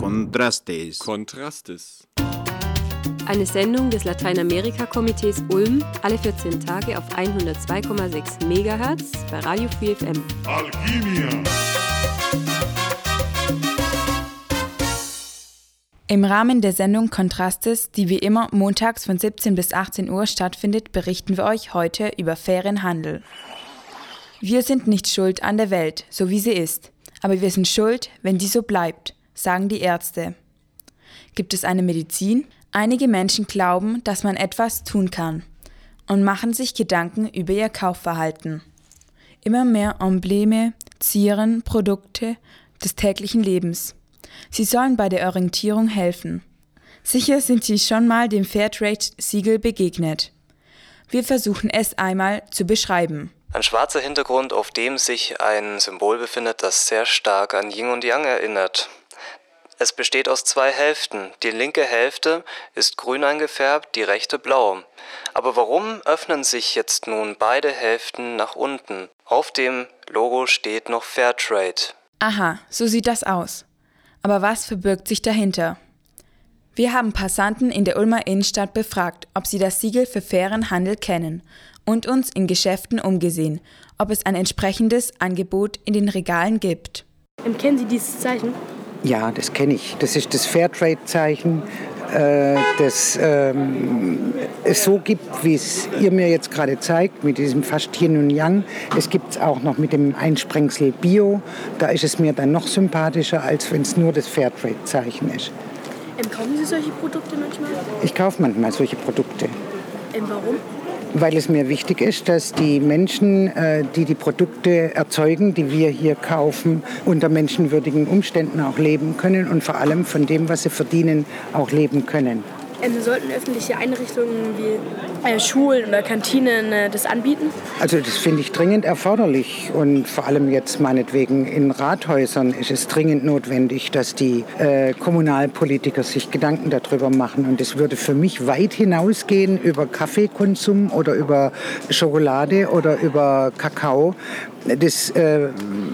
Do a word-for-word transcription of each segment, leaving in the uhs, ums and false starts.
Contrastes. Contrastes. Eine Sendung des Lateinamerika-Komitees Ulm, alle vierzehn Tage auf hundertzwei Komma sechs Megahertz bei Radio Free F M. Alquimia. Im Rahmen der Sendung Contrastes, die wie immer montags von siebzehn bis achtzehn Uhr stattfindet, berichten wir euch heute über fairen Handel. Wir sind nicht schuld an der Welt, so wie sie ist, aber wir sind schuld, wenn die so bleibt, sagen die Ärzte. Gibt es eine Medizin? Einige Menschen glauben, dass man etwas tun kann und machen sich Gedanken über ihr Kaufverhalten. Immer mehr Embleme zieren Produkte des täglichen Lebens. Sie sollen bei der Orientierung helfen. Sicher sind Sie schon mal dem Fairtrade-Siegel begegnet. Wir versuchen es einmal zu beschreiben. Ein schwarzer Hintergrund, auf dem sich ein Symbol befindet, das sehr stark an Yin und Yang erinnert. Es besteht aus zwei Hälften. Die linke Hälfte ist grün eingefärbt, die rechte blau. Aber warum öffnen sich jetzt nun beide Hälften nach unten? Auf dem Logo steht noch Fairtrade. Aha, so sieht das aus. Aber was verbirgt sich dahinter? Wir haben Passanten in der Ulmer Innenstadt befragt, ob sie das Siegel für fairen Handel kennen und uns in Geschäften umgesehen, ob es ein entsprechendes Angebot in den Regalen gibt. Ähm, kennen Sie dieses Zeichen? Ja, das kenne ich. Das ist das Fairtrade-Zeichen, äh, das ähm, es so gibt, wie es ihr mir jetzt gerade zeigt, mit diesem fast Yin und Yang. Es gibt es auch noch mit dem Einsprengsel Bio. Da ist es mir dann noch sympathischer, als wenn es nur das Fairtrade-Zeichen ist. Ähm, kaufen Sie solche Produkte manchmal? Ich kaufe manchmal solche Produkte. Ähm, warum? Weil es mir wichtig ist, dass die Menschen, die die Produkte erzeugen, die wir hier kaufen, unter menschenwürdigen Umständen auch leben können und vor allem von dem, was sie verdienen, auch leben können. Ähm, sollten öffentliche Einrichtungen wie äh, Schulen oder Kantinen äh, das anbieten? Also das finde ich dringend erforderlich und vor allem jetzt meinetwegen in Rathäusern ist es dringend notwendig, dass die äh, Kommunalpolitiker sich Gedanken darüber machen und es würde für mich weit hinausgehen über Kaffeekonsum oder über Schokolade oder über Kakao. Das äh,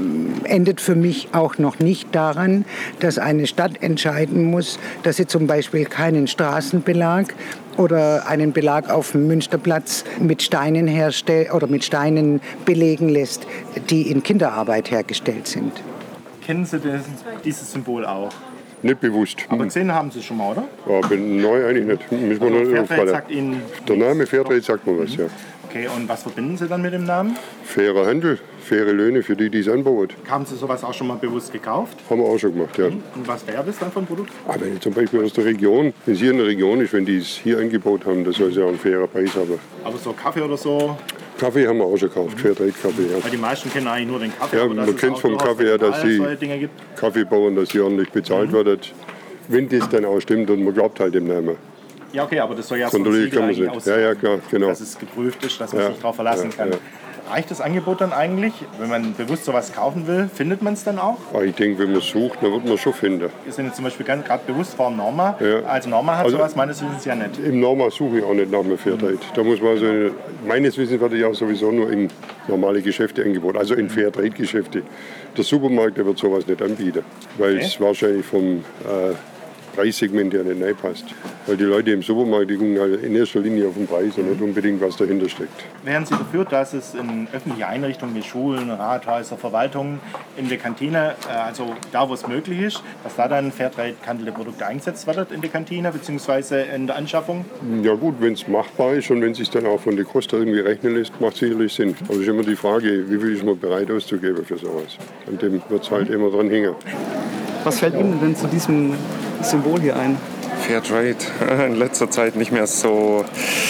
endet für mich auch noch nicht daran, dass eine Stadt entscheiden muss, dass sie zum Beispiel keinen Straßenbelag oder einen Belag auf dem Münsterplatz mit Steinen herstellt oder mit Steinen belegen lässt, die in Kinderarbeit hergestellt sind. Kennen Sie das, dieses Symbol auch? Nicht bewusst. Aber gesehen haben Sie es schon mal, oder? Ja, bin neu eigentlich nicht. Müssen wir also noch Fairtrade sagt Ihnen... Der Name Fairtrade sagt mir was, ja. Okay, und was verbinden Sie dann mit dem Namen? Fairer Handel, faire Löhne für die, die es anbauen. Haben Sie sowas auch schon mal bewusst gekauft? Haben wir auch schon gemacht, ja. Und was wäre das dann für ein Produkt? Aber wenn zum Beispiel aus der Region, wenn es hier in der Region ist, wenn die es hier angebaut haben, dann soll es ja auch einen fairen Preis haben. Aber so Kaffee oder so? Kaffee haben wir auch schon gekauft, Fairtrade-Kaffee, ja. Weil die meisten kennen eigentlich nur den Kaffee. Ja, aber man kennt es vom Kaffee her, dass die Kaffeebauern, dass sie ordentlich bezahlt mhm. werden. Wenn das dann auch stimmt und man glaubt halt dem Namen. Ja, okay, aber das soll ja so ein Siegel eigentlich aussehen, ja, ja, klar, genau. Dass es geprüft ist, dass man ja, sich darauf verlassen ja, kann. Ja. Reicht das Angebot dann eigentlich? Wenn man bewusst sowas kaufen will, findet man es dann auch? Ich denke, wenn man es sucht, dann wird man es schon finden. Wir sind jetzt zum Beispiel gerade bewusst vor dem Norma. Ja. Also Norma hat also, sowas, meines Wissens ja nicht. Im Norma suche ich auch nicht nach einem Fairtrade. Da muss man also, meines Wissens werde ich auch sowieso nur in normale Geschäfte angeboten, also in Fairtrade-Geschäfte. Der Supermarkt der wird sowas nicht anbieten, weil okay. es wahrscheinlich vom äh, Preissegment ja nicht reinpasst. Weil die Leute im Supermarkt, die gucken halt in erster Linie auf den Preis und nicht unbedingt, was dahinter steckt. Wären Sie dafür, dass es in öffentlichen Einrichtungen wie Schulen, Rathäuser, Verwaltungen, in der Kantine, also da, wo es möglich ist, dass da dann fairtrade gehandelte Produkte eingesetzt werden in der Kantine bzw. in der Anschaffung? Ja gut, wenn es machbar ist und wenn es sich dann auch von der Kosten irgendwie rechnen lässt, macht es sicherlich Sinn. Aber es ist immer die Frage, wie viel ist man bereit auszugeben für sowas. An dem wird es halt immer dran hängen. Was fällt Ihnen denn zu diesem Symbol hier ein? Fairtrade, in letzter Zeit nicht mehr so,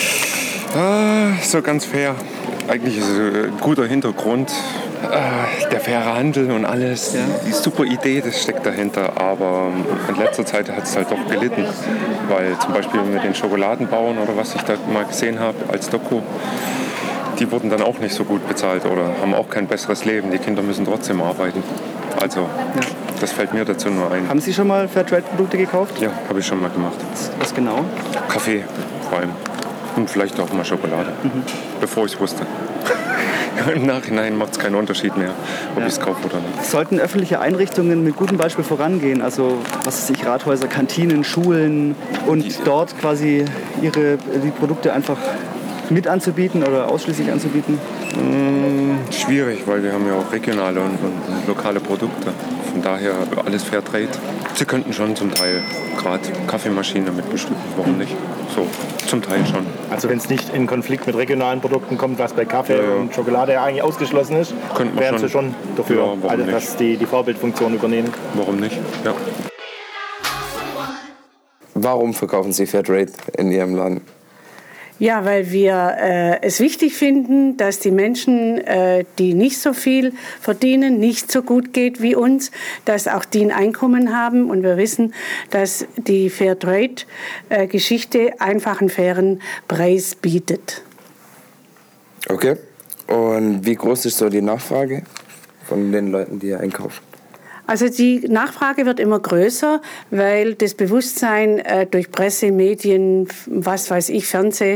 äh, so ganz fair. Eigentlich ist es ein guter Hintergrund, äh, der faire Handel und alles. Ja. Die super Idee, das steckt dahinter. Aber in letzter Zeit hat es halt doch gelitten. Weil zum Beispiel mit den Schokoladenbauern oder was ich da mal gesehen habe als Doku, die wurden dann auch nicht so gut bezahlt oder haben auch kein besseres Leben. Die Kinder müssen trotzdem arbeiten. Also, ja. Das fällt mir dazu nur ein. Haben Sie schon mal Fairtrade-Produkte gekauft? Ja, habe ich schon mal gemacht. Was genau? Kaffee vor allem. Und vielleicht auch mal Schokolade, mhm. bevor ich es wusste. Im Nachhinein macht es keinen Unterschied mehr, ob Ja. ich es kaufe oder nicht. Sollten öffentliche Einrichtungen mit gutem Beispiel vorangehen, also was weiß ich, Rathäuser, Kantinen, Schulen und Die- dort quasi ihre die Produkte einfach mit anzubieten oder ausschließlich anzubieten? Schwierig, weil wir haben ja auch regionale und, und lokale Produkte. Von daher alles Fairtrade. Sie könnten schon zum Teil gerade Kaffeemaschinen damit bestücken. Warum nicht? So, zum Teil schon. Also wenn es nicht in Konflikt mit regionalen Produkten kommt, was bei Kaffee Ja, ja. und Schokolade ja eigentlich ausgeschlossen ist, Könnte man wären schon. Sie schon dafür, Ja, warum also, nicht? dass die die Vorbildfunktion übernehmen. Warum nicht? Ja. Warum verkaufen Sie Fairtrade in Ihrem Laden? Ja, weil wir äh, es wichtig finden, dass die Menschen, äh, die nicht so viel verdienen, nicht so gut geht wie uns, dass auch die ein Einkommen haben. Und wir wissen, dass die Fairtrade-Geschichte einfach einen fairen Preis bietet. Okay. Und wie groß ist so die Nachfrage von den Leuten, die hier einkaufen? Also die Nachfrage wird immer größer, weil das Bewusstsein äh, durch Presse, Medien, was weiß ich,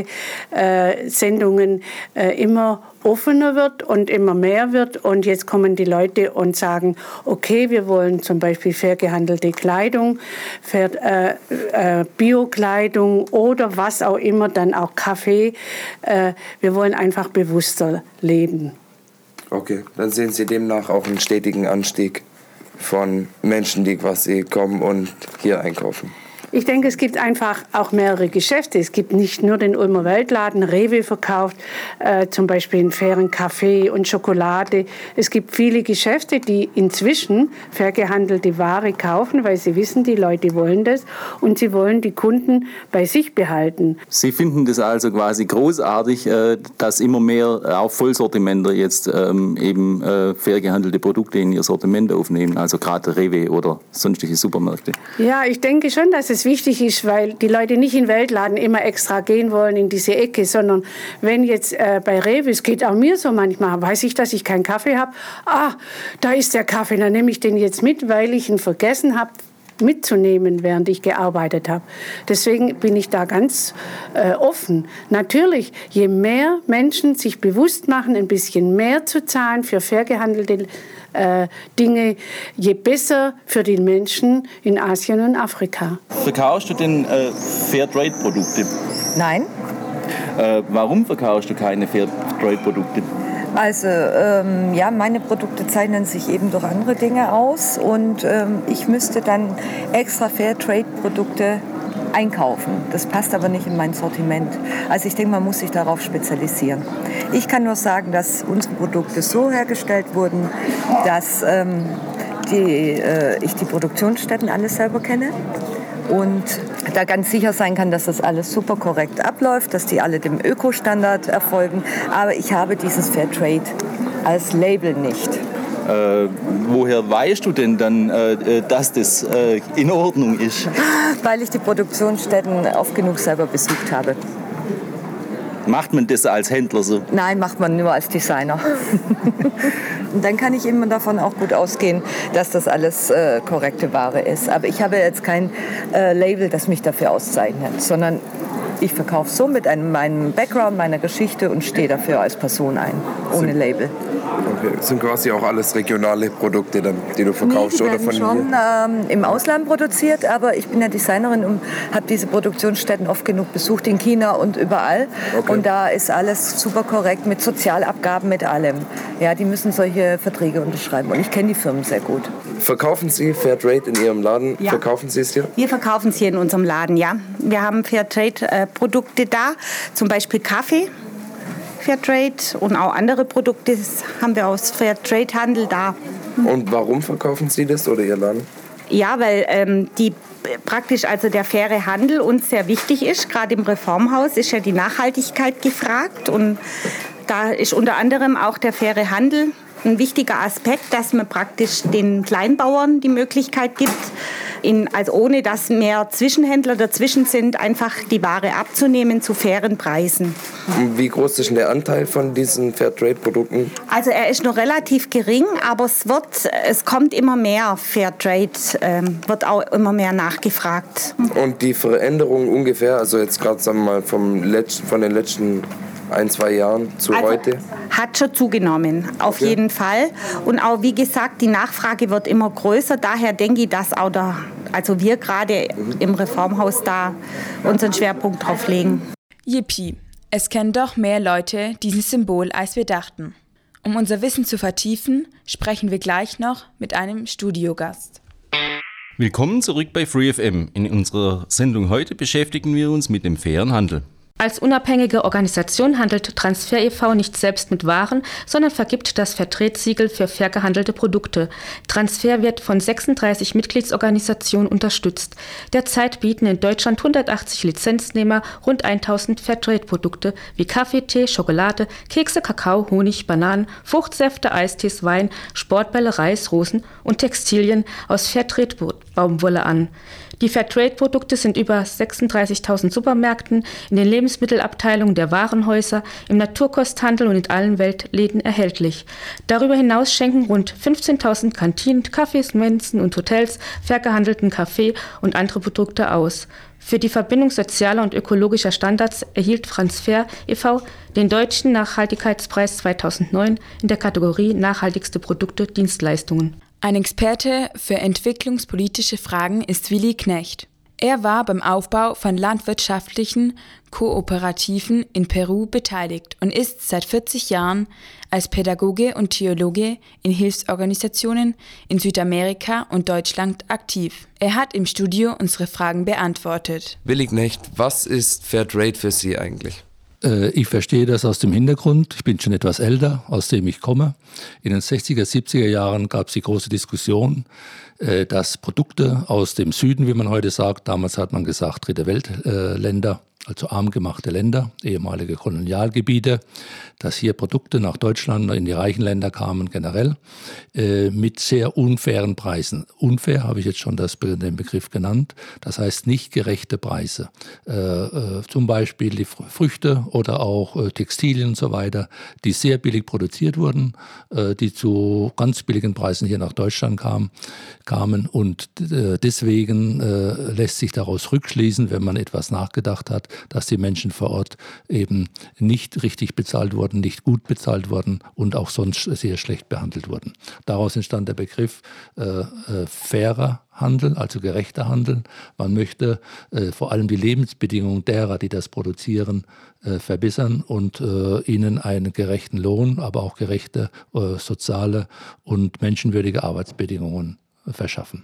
Fernsehsendungen äh, immer offener wird und immer mehr wird. Und jetzt kommen die Leute und sagen, okay, wir wollen zum Beispiel fair gehandelte Kleidung, fair, äh, äh, Bio-Kleidung oder was auch immer, dann auch Kaffee. Äh, wir wollen einfach bewusster leben. Okay, dann sehen Sie demnach auch einen stetigen Anstieg von Menschen, die quasi kommen und hier einkaufen. Ich denke, es gibt einfach auch mehrere Geschäfte. Es gibt nicht nur den Ulmer Weltladen, Rewe verkauft äh, zum Beispiel einen fairen Kaffee und Schokolade. Es gibt viele Geschäfte, die inzwischen fair gehandelte Ware kaufen, weil sie wissen, die Leute wollen das und sie wollen die Kunden bei sich behalten. Sie finden das also quasi großartig, äh, dass immer mehr äh, auch Vollsortimenter jetzt ähm, eben äh, fair gehandelte Produkte in ihr Sortiment aufnehmen, also gerade Rewe oder sonstige Supermärkte. Ja, ich denke schon, dass es wichtig ist, weil die Leute nicht in den Weltladen immer extra gehen wollen in diese Ecke, sondern wenn jetzt äh, bei Rewe, es geht auch mir so manchmal, weiß ich, dass ich keinen Kaffee habe, ah, da ist der Kaffee, dann nehme ich den jetzt mit, weil ich ihn vergessen habe mitzunehmen, während ich gearbeitet habe. Deswegen bin ich da ganz äh, offen. Natürlich, je mehr Menschen sich bewusst machen, ein bisschen mehr zu zahlen für fair gehandelte äh, Dinge, je besser für die Menschen in Asien und Afrika. Verkaufst du denn äh, Fairtrade-Produkte? Nein. Äh, warum verkaufst du keine Fairtrade-Produkte? Also ähm, ja, meine Produkte zeichnen sich eben durch andere Dinge aus und ähm, ich müsste dann extra Fairtrade-Produkte einkaufen. Das passt aber nicht in mein Sortiment. Also ich denke, man muss sich darauf spezialisieren. Ich kann nur sagen, dass unsere Produkte so hergestellt wurden, dass ähm, die, äh, ich die Produktionsstätten alle selber kenne und da ganz sicher sein kann, dass das alles super korrekt abläuft, dass die alle dem Ökostandard erfolgen. Aber ich habe dieses Fairtrade als Label nicht. Äh, woher weißt du denn dann, äh, dass das äh, in Ordnung ist? Weil ich die Produktionsstätten oft genug selber besucht habe. Macht man das als Händler so? Nein, macht man nur als Designer. Und dann kann ich immer davon auch gut ausgehen, dass das alles äh, korrekte Ware ist. Aber ich habe jetzt kein äh, Label, das mich dafür auszeichnet, sondern ich verkaufe so mit einem, meinem Background, meiner Geschichte und stehe dafür als Person ein, ohne Label. Okay. Das sind quasi auch alles regionale Produkte, dann, die du verkaufst, Nee, die oder von werden schon hier? ähm, im Ausland produziert, aber ich bin ja Designerin und habe diese Produktionsstätten oft genug besucht, in China und überall. Okay. Und da ist alles super korrekt mit Sozialabgaben, mit allem. Ja, die müssen solche Verträge unterschreiben und ich kenne die Firmen sehr gut. Verkaufen Sie Fairtrade in Ihrem Laden? Ja. Verkaufen Sie es hier? Wir verkaufen es hier in unserem Laden, ja. Wir haben Fairtrade-Produkte da, zum Beispiel Kaffee, Fairtrade und auch andere Produkte haben wir aus Fairtrade-Handel da. Und warum verkaufen Sie das oder Ihr Laden? Ja, weil ähm, die praktisch also der faire Handel uns sehr wichtig ist. Gerade im Reformhaus ist ja die Nachhaltigkeit gefragt und da ist unter anderem auch der faire Handel ein wichtiger Aspekt, dass man praktisch den Kleinbauern die Möglichkeit gibt, in, also ohne dass mehr Zwischenhändler dazwischen sind, einfach die Ware abzunehmen zu fairen Preisen. Und wie groß ist denn der Anteil von diesen Fairtrade-Produkten? Also er ist noch relativ gering, aber es wird, es kommt immer mehr Fairtrade, ähm, wird auch immer mehr nachgefragt. Und die Veränderung ungefähr, also jetzt gerade sagen wir mal vom Letz-, von den letzten ein, zwei Jahren zu also, heute? Hat schon zugenommen, auf okay. jeden Fall. Und auch, wie gesagt, die Nachfrage wird immer größer. Daher denke ich, dass auch der, also wir gerade mhm. im Reformhaus da unseren Schwerpunkt drauf legen. Yippie, es kennen doch mehr Leute dieses Symbol, als wir dachten. Um unser Wissen zu vertiefen, sprechen wir gleich noch mit einem Studiogast. Willkommen zurück bei Free F M. In unserer Sendung heute beschäftigen wir uns mit dem fairen Handel. Als unabhängige Organisation handelt Transfer e V nicht selbst mit Waren, sondern vergibt das Fairtrade-Siegel für fair gehandelte Produkte. Transfer wird von sechsunddreißig Mitgliedsorganisationen unterstützt. Derzeit bieten in Deutschland hundertachtzig Lizenznehmer rund tausend Fairtrade-Produkte wie Kaffee, Tee, Schokolade, Kekse, Kakao, Honig, Bananen, Fruchtsäfte, Eistees, Wein, Sportbälle, Reis, Rosen und Textilien aus Fairtrade-Baumwolle an. Die Fairtrade-Produkte sind über sechsunddreißigtausend Supermärkten, in den Lebensmittelabteilungen der Warenhäuser, im Naturkosthandel und in allen Weltläden erhältlich. Darüber hinaus schenken rund fünfzehntausend Kantinen, Cafés, Mensen und Hotels fair gehandelten Kaffee und andere Produkte aus. Für die Verbindung sozialer und ökologischer Standards erhielt Transfer e V den Deutschen Nachhaltigkeitspreis zweitausendneun in der Kategorie Nachhaltigste Produkte, Dienstleistungen. Ein Experte für entwicklungspolitische Fragen ist Willi Knecht. Er war beim Aufbau von landwirtschaftlichen Kooperativen in Peru beteiligt und ist seit vierzig Jahren als Pädagoge und Theologe in Hilfsorganisationen in Südamerika und Deutschland aktiv. Er hat im Studio unsere Fragen beantwortet. Willi Knecht, was ist Fairtrade für Sie eigentlich? Ich verstehe das aus dem Hintergrund. Ich bin schon etwas älter, aus dem ich komme. In den sechziger, siebziger Jahren gab es die große Diskussion, dass Produkte aus dem Süden, wie man heute sagt, damals hat man gesagt Dritte Weltländer, also arm gemachte Länder, ehemalige Kolonialgebiete, dass hier Produkte nach Deutschland, in die reichen Länder kamen generell, äh, mit sehr unfairen Preisen. Unfair habe ich jetzt schon das, den Begriff genannt, das heißt nicht gerechte Preise. Äh, äh, zum Beispiel die Früchte oder auch äh, Textilien und so weiter, die sehr billig produziert wurden, äh, die zu ganz billigen Preisen hier nach Deutschland kamen, kamen und äh, deswegen äh, lässt sich daraus rückschließen, wenn man etwas nachgedacht hat, dass die Menschen vor Ort eben nicht richtig bezahlt wurden, nicht gut bezahlt wurden und auch sonst sehr schlecht behandelt wurden. Daraus entstand der Begriff äh, äh, fairer Handel, also gerechter Handel. Man möchte äh, vor allem die Lebensbedingungen derer, die das produzieren, äh, verbessern und äh, ihnen einen gerechten Lohn, aber auch gerechte äh, soziale und menschenwürdige Arbeitsbedingungen äh, verschaffen.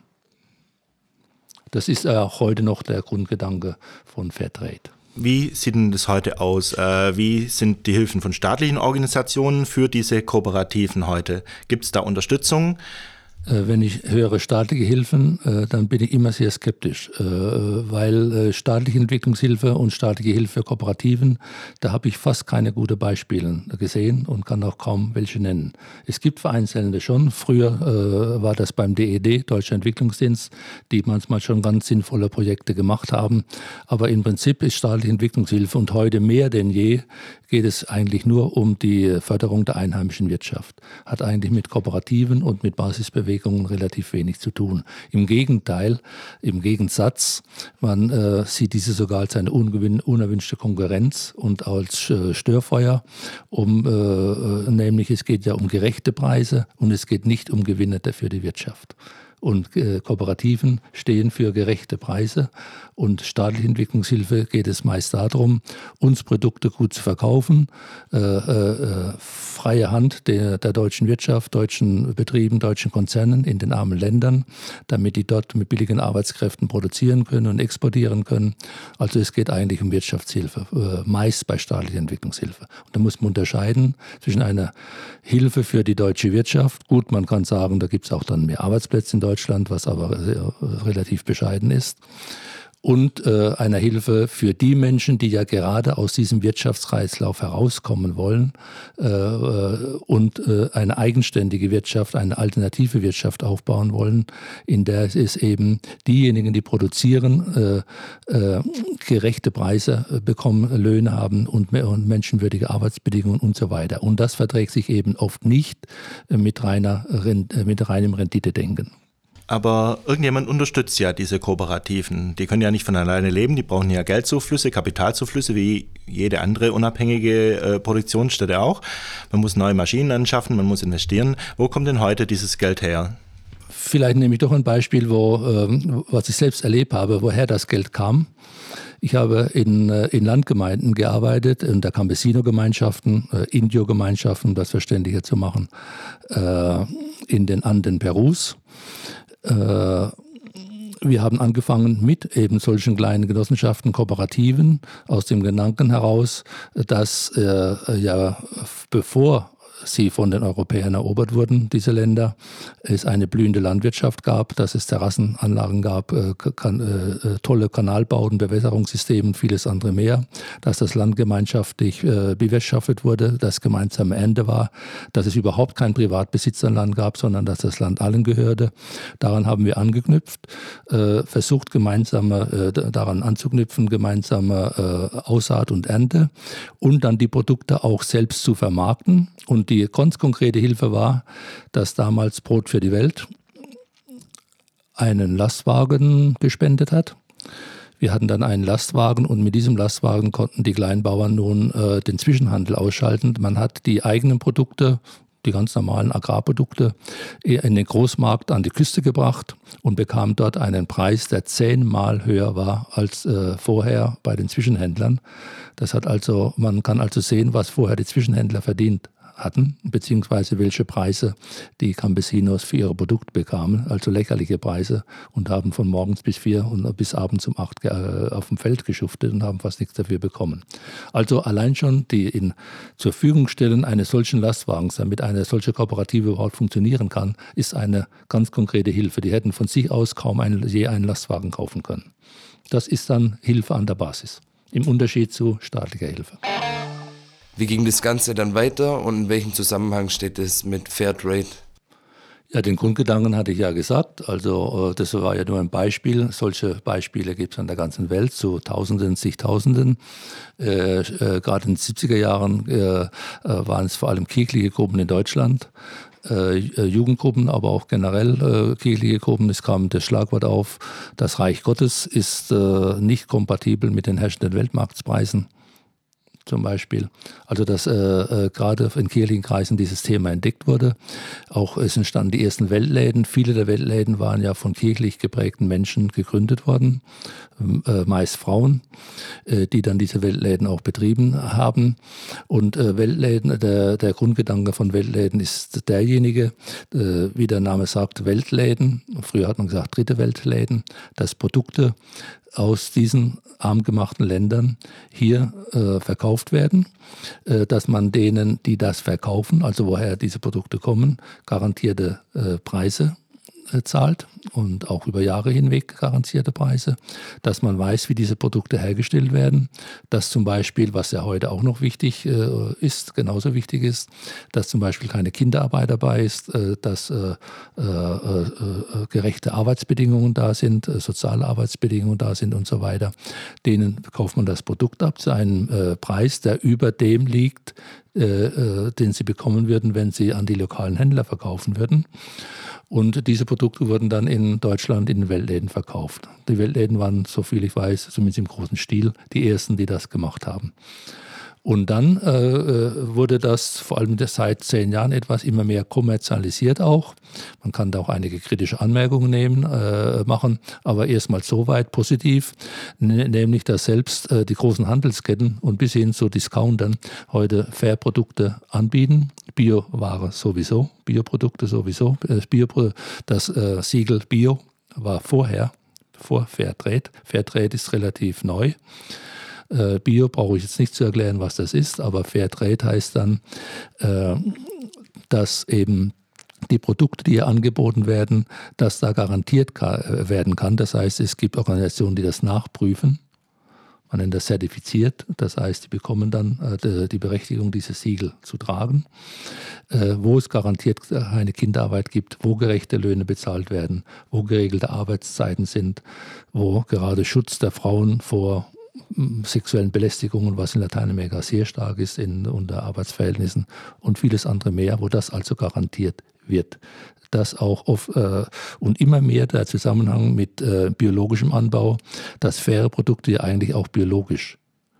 Das ist auch heute noch der Grundgedanke von Fairtrade. Wie sieht denn das heute aus? Wie sind die Hilfen von staatlichen Organisationen für diese Kooperativen heute? Gibt es da Unterstützung? Wenn ich höre staatliche Hilfen, dann bin ich immer sehr skeptisch, weil staatliche Entwicklungshilfe und staatliche Hilfe für Kooperativen, da habe ich fast keine guten Beispiele gesehen und kann auch kaum welche nennen. Es gibt vereinzelte schon. Früher war das beim D E D, Deutscher Entwicklungsdienst, die manchmal schon ganz sinnvolle Projekte gemacht haben. Aber im Prinzip ist staatliche Entwicklungshilfe und heute mehr denn je geht es eigentlich nur um die Förderung der einheimischen Wirtschaft. Hat eigentlich mit Kooperativen und mit Basisbewegungen relativ wenig zu tun. Im Gegenteil, im Gegensatz, man äh, sieht diese sogar als eine unerwünschte Konkurrenz und als äh, Störfeuer, um, äh, nämlich es geht ja um gerechte Preise und es geht nicht um Gewinne für die Wirtschaft. Und äh, Kooperativen stehen für gerechte Preise und staatliche Entwicklungshilfe geht es meist darum, uns Produkte gut zu verkaufen, äh, äh, freie Hand der, der deutschen Wirtschaft, deutschen Betrieben, deutschen Konzernen in den armen Ländern, damit die dort mit billigen Arbeitskräften produzieren können und exportieren können. Also es geht eigentlich um Wirtschaftshilfe, äh, meist bei staatlicher Entwicklungshilfe. Und da muss man unterscheiden zwischen einer Hilfe für die deutsche Wirtschaft. Gut, man kann sagen, da gibt es auch dann mehr Arbeitsplätze in Deutschland, was aber sehr, relativ bescheiden ist. Und äh, einer Hilfe für die Menschen, die ja gerade aus diesem Wirtschaftskreislauf herauskommen wollen äh, und äh, eine eigenständige Wirtschaft, eine alternative Wirtschaft aufbauen wollen, in der es eben diejenigen, die produzieren, äh, äh, gerechte Preise äh, bekommen, Löhne haben und, und menschenwürdige Arbeitsbedingungen und so weiter. Und das verträgt sich eben oft nicht äh, mit, reiner, mit reinem Renditedenken. Aber irgendjemand unterstützt ja diese Kooperativen. Die können ja nicht von alleine leben, die brauchen ja Geldzuflüsse, Kapitalzuflüsse, wie jede andere unabhängige äh, Produktionsstätte auch. Man muss neue Maschinen anschaffen, man muss investieren. Wo kommt denn heute dieses Geld her? Vielleicht nehme ich doch ein Beispiel, wo, ähm, was ich selbst erlebt habe, woher das Geld kam. Ich habe in, in Landgemeinden gearbeitet, in der Campesino-Gemeinschaften, äh, Indio-Gemeinschaften, um das verständlicher zu machen, äh, in den Anden Perus. Äh, wir haben angefangen mit eben solchen kleinen Genossenschaften, Kooperativen, aus dem Gedanken heraus, dass äh, ja bevor sie von den Europäern erobert wurden, diese Länder, es eine blühende Landwirtschaft gab, dass es Terrassenanlagen gab, äh, kan- äh, tolle Kanalbauten, Bewässerungssysteme und vieles andere mehr, dass das Land gemeinschaftlich äh, bewirtschaftet wurde, dass gemeinsame Ernte war, dass es überhaupt kein Privatbesitz an Land gab, sondern dass das Land allen gehörte. Daran haben wir angeknüpft, äh, versucht gemeinsame, äh, daran anzuknüpfen, gemeinsame äh, Aussaat und Ernte und dann die Produkte auch selbst zu vermarkten. Und die ganz konkrete Hilfe war, dass damals Brot für die Welt einen Lastwagen gespendet hat. Wir hatten dann einen Lastwagen und mit diesem Lastwagen konnten die Kleinbauern nun äh, den Zwischenhandel ausschalten. Man hat die eigenen Produkte, die ganz normalen Agrarprodukte, in den Großmarkt an die Küste gebracht und bekam dort einen Preis, der zehnmal höher war als äh, vorher bei den Zwischenhändlern. Das hat also, man kann also sehen, was vorher die Zwischenhändler verdient hatten, beziehungsweise welche Preise die Campesinos für ihre Produkte bekamen, also lächerliche Preise, und haben von morgens bis vier und bis abends um acht äh, auf dem Feld geschuftet und haben fast nichts dafür bekommen. Also allein schon die in zur Verfügung stellen eines solchen Lastwagens, damit eine solche Kooperative überhaupt funktionieren kann, ist eine ganz konkrete Hilfe. Die hätten von sich aus kaum einen, je einen Lastwagen kaufen können. Das ist dann Hilfe an der Basis, im Unterschied zu staatlicher Hilfe. Wie ging das Ganze dann weiter und in welchem Zusammenhang steht es mit Fairtrade? Ja, den Grundgedanken hatte ich ja gesagt. Also das war ja nur ein Beispiel. Solche Beispiele gibt es an der ganzen Welt, so Tausenden, zigtausenden. Äh, äh, gerade in den siebziger Jahren äh, waren es vor allem kirchliche Gruppen in Deutschland. Äh, Jugendgruppen, aber auch generell äh, kirchliche Gruppen. Es kam das Schlagwort auf, das Reich Gottes ist äh, nicht kompatibel mit den herrschenden Weltmarktpreisen. Zum Beispiel. Also dass äh, äh, gerade in kirchlichen Kreisen dieses Thema entdeckt wurde. Auch es entstanden die ersten Weltläden. Viele der Weltläden waren ja von kirchlich geprägten Menschen gegründet worden, äh, meist Frauen, äh, die dann diese Weltläden auch betrieben haben. Und äh, Weltläden, der, der Grundgedanke von Weltläden ist derjenige, äh, wie der Name sagt, Weltläden. Früher hat man gesagt dritte Weltläden, dass Produkte aus diesen arm gemachten Ländern hier äh, verkauft werden, äh, dass man denen, die das verkaufen, also woher diese Produkte kommen, garantierte äh, Preise äh, zahlt und auch über Jahre hinweg garantierte Preise, dass man weiß, wie diese Produkte hergestellt werden, dass zum Beispiel, was ja heute auch noch wichtig äh, ist, genauso wichtig ist, dass zum Beispiel keine Kinderarbeit dabei ist, äh, dass äh, äh, äh, gerechte Arbeitsbedingungen da sind, äh, soziale Arbeitsbedingungen da sind und so weiter. Denen kauft man das Produkt ab zu einem äh, Preis, der über dem liegt, äh, äh, den sie bekommen würden, wenn sie an die lokalen Händler verkaufen würden. Und diese Produkte wurden dann in Deutschland in den Weltläden verkauft. Die Weltläden waren, so viel ich weiß, zumindest im großen Stil, die ersten, die das gemacht haben. Und dann äh, wurde das vor allem seit zehn Jahren etwas immer mehr kommerzialisiert auch. Man kann da auch einige kritische Anmerkungen nehmen, äh, machen, aber erstmal soweit positiv, n- nämlich dass selbst äh, die großen Handelsketten und bis hin zu Discountern heute Fairprodukte anbieten. Bioware sowieso, Bioprodukte sowieso. Das, Bio, das äh, Siegel Bio war vorher, vor Fairtrade. Fairtrade ist relativ neu. Bio brauche ich jetzt nicht zu erklären, was das ist, aber Fairtrade heißt dann, äh, dass eben die Produkte, die hier angeboten werden, dass da garantiert ka- werden kann. Das heißt, es gibt Organisationen, die das nachprüfen. Man nennt das zertifiziert. Das heißt, die bekommen dann äh, die Berechtigung, dieses Siegel zu tragen. Äh, wo es garantiert keine Kinderarbeit gibt, wo gerechte Löhne bezahlt werden, wo geregelte Arbeitszeiten sind, wo gerade Schutz der Frauen vor sexuellen Belästigungen, was in Lateinamerika sehr stark ist, in, unter Arbeitsverhältnissen und vieles andere mehr, wo das also garantiert wird. dass auch oft äh, und immer mehr der Zusammenhang mit äh, biologischem Anbau, dass faire Produkte ja eigentlich auch biologisch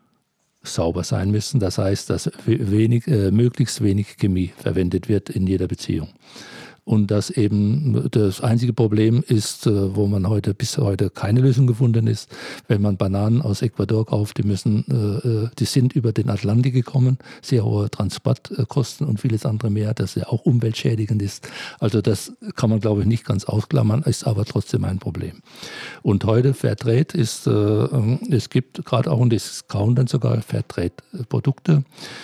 sauber sein müssen. Das heißt, dass wenig, äh, möglichst wenig Chemie verwendet wird in jeder Beziehung. Und das eben das einzige Problem ist, wo man heute bis heute keine Lösung gefunden ist, wenn man Bananen aus Ecuador kauft, die müssen, die sind über den Atlantik gekommen, sehr hohe Transportkosten und vieles andere mehr, das ja auch umweltschädigend ist. Also das kann man, glaube ich, nicht ganz ausklammern, ist aber trotzdem ein Problem. Und heute Fairtrade ist, es gibt gerade auch in Discountern sogar Fairtrade-Produkte.